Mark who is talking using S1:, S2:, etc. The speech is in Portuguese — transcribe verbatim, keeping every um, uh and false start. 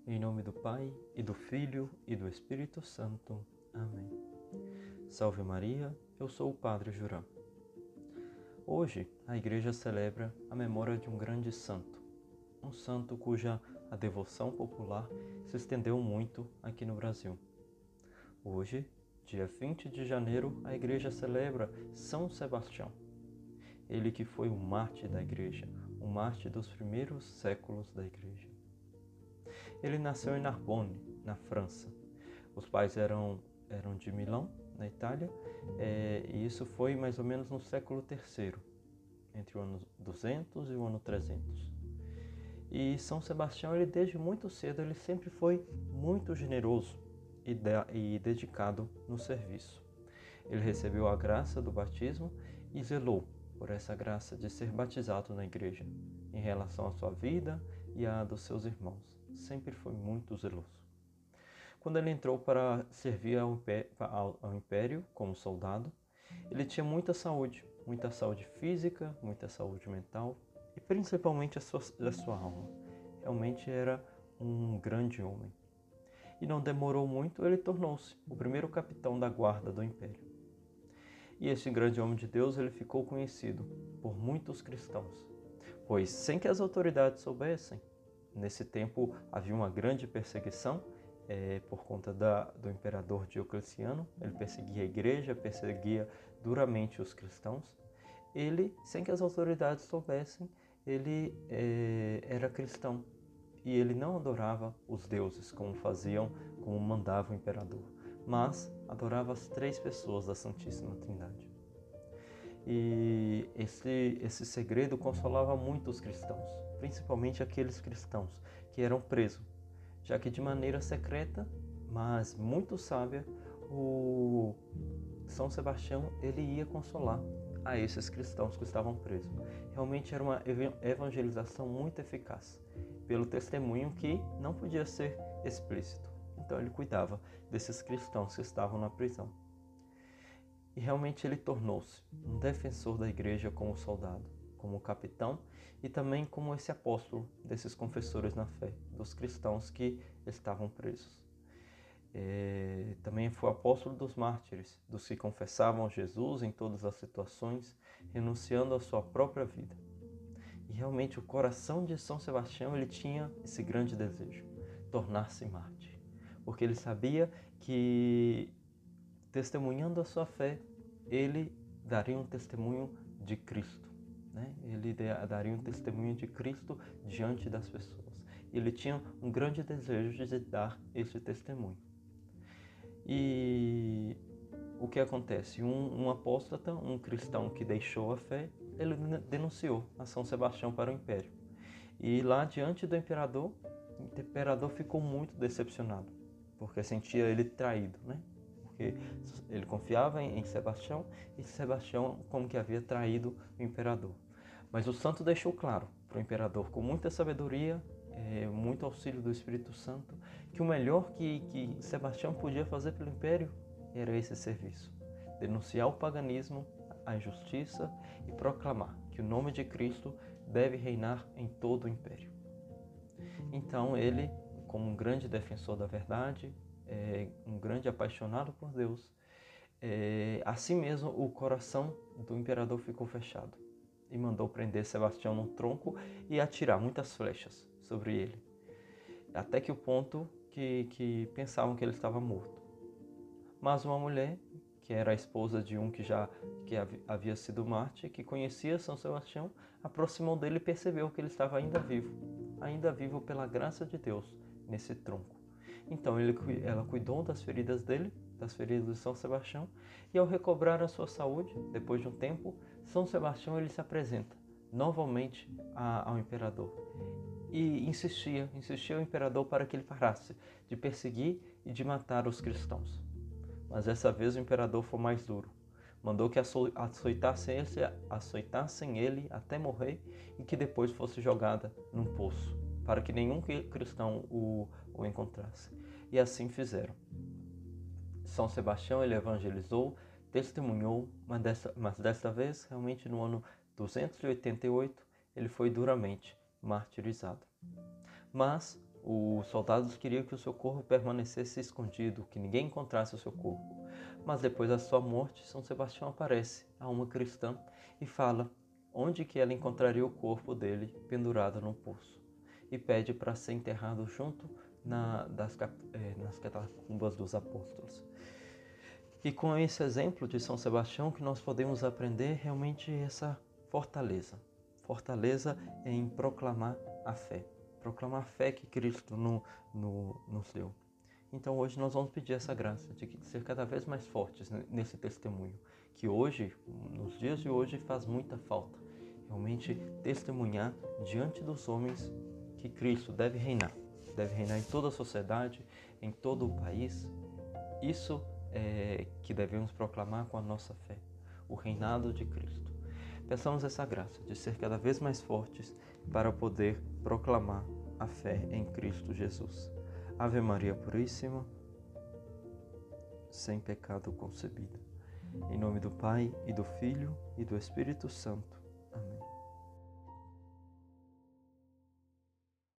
S1: Em nome do Pai, e do Filho, e do Espírito Santo. Amém. Salve Maria, eu sou o Padre Jurã. Hoje, a Igreja celebra a memória de um grande santo, um santo cuja a devoção popular se estendeu muito aqui no Brasil. Hoje, dia vinte de janeiro, a Igreja celebra São Sebastião. Ele que foi o mártir da Igreja, o mártir dos primeiros séculos da Igreja. Ele nasceu em Narbonne, na França. Os pais eram, eram de Milão, na Itália, é, e isso foi mais ou menos no século terceiro, entre o ano duzentos e o ano trezentos. E São Sebastião, ele desde muito cedo, ele sempre foi muito generoso e, de, e dedicado no serviço. Ele recebeu a graça do batismo e zelou por essa graça de ser batizado na igreja, em relação à sua vida e à dos seus irmãos. Sempre foi muito zeloso. Quando ele entrou para servir ao império, ao império como soldado, ele tinha muita saúde, muita saúde física, muita saúde mental e principalmente a sua, a sua alma. Realmente era um grande homem. E não demorou muito, ele tornou-se o primeiro capitão da guarda do império. E esse grande homem de Deus, ele ficou conhecido por muitos cristãos, pois sem que as autoridades soubessem, nesse tempo havia uma grande perseguição é, por conta da, do imperador Diocleciano. Ele perseguia a igreja, perseguia duramente os cristãos. Ele, sem que as autoridades soubessem, ele é, era cristão e ele não adorava os deuses como faziam, como mandava o imperador, mas adorava as três pessoas da Santíssima Trindade. E esse, esse segredo consolava muito os cristãos, principalmente aqueles cristãos que eram presos, já que de maneira secreta, mas muito sábia, o São Sebastião ele ia consolar a esses cristãos que estavam presos. Realmente era uma evangelização muito eficaz, pelo testemunho que não podia ser explícito. Então ele cuidava desses cristãos que estavam na prisão. E realmente ele tornou-se um defensor da igreja como soldado, como capitão e também como esse apóstolo desses confessores na fé, dos cristãos que estavam presos. É, também foi apóstolo dos mártires, dos que confessavam Jesus em todas as situações, renunciando à sua própria vida. E realmente o coração de São Sebastião ele tinha esse grande desejo, tornar-se mártir, porque ele sabia que testemunhando a sua fé, ele daria um testemunho de Cristo, né? Ele daria um testemunho de Cristo diante das pessoas. Ele tinha um grande desejo de dar esse testemunho. E o que acontece? Um, um apóstata, um cristão que deixou a fé, ele denunciou a São Sebastião para o império. E lá diante do imperador, o imperador ficou muito decepcionado, porque sentia ele traído, né? Porque ele confiava em Sebastião e Sebastião como que havia traído o imperador. Mas o santo deixou claro para o imperador, com muita sabedoria, é, muito auxílio do Espírito Santo, que o melhor que, que Sebastião podia fazer pelo império era esse serviço. Denunciar o paganismo, a injustiça e proclamar que o nome de Cristo deve reinar em todo o império. Então ele, como um grande defensor da verdade, É, um grande apaixonado por Deus, é, assim mesmo o coração do imperador ficou fechado e mandou prender Sebastião num tronco e atirar muitas flechas sobre ele, até que o ponto que, que pensavam que ele estava morto. Mas uma mulher, que era a esposa de um que já que havia sido mártir, que conhecia São Sebastião, aproximou dele e percebeu que ele estava ainda vivo, ainda vivo pela graça de Deus nesse tronco. Então ele, ela cuidou das feridas dele, das feridas de São Sebastião, e ao recobrar a sua saúde, depois de um tempo, São Sebastião ele se apresenta novamente a, ao imperador e insistia, insistia ao imperador para que ele parasse de perseguir e de matar os cristãos. Mas dessa vez o imperador foi mais duro. Mandou que açoitassem ele, açoitassem ele até morrer e que depois fosse jogada num poço, para que nenhum cristão o, o encontrasse. E assim fizeram. São Sebastião ele evangelizou, testemunhou, mas dessa, mas dessa vez, realmente no ano duzentos e oitenta e oito, ele foi duramente martirizado. Mas Os soldados queriam que o seu corpo permanecesse escondido, que ninguém encontrasse o seu corpo. Mas depois da sua morte, São Sebastião aparece a uma cristã e fala onde que ela encontraria o corpo dele pendurado no poço. E pede para ser enterrado junto na, das, é, nas catacumbas dos apóstolos. E com esse exemplo de São Sebastião que nós podemos aprender realmente essa fortaleza. Fortaleza em proclamar a fé. Proclamar a fé que Cristo no, no, nos deu. Então hoje nós vamos pedir essa graça de ser cada vez mais fortes nesse testemunho. Que hoje, nos dias de hoje, faz muita falta. Realmente testemunhar diante dos homens que Cristo deve reinar. Deve reinar em toda a sociedade, em todo o país. Isso é que devemos proclamar com a nossa fé. O reinado de Cristo. Peçamos essa graça de ser cada vez mais fortes para poder proclamar a fé em Cristo Jesus. Ave Maria Puríssima, sem pecado concebida. Em nome do Pai, e do Filho, e do Espírito Santo.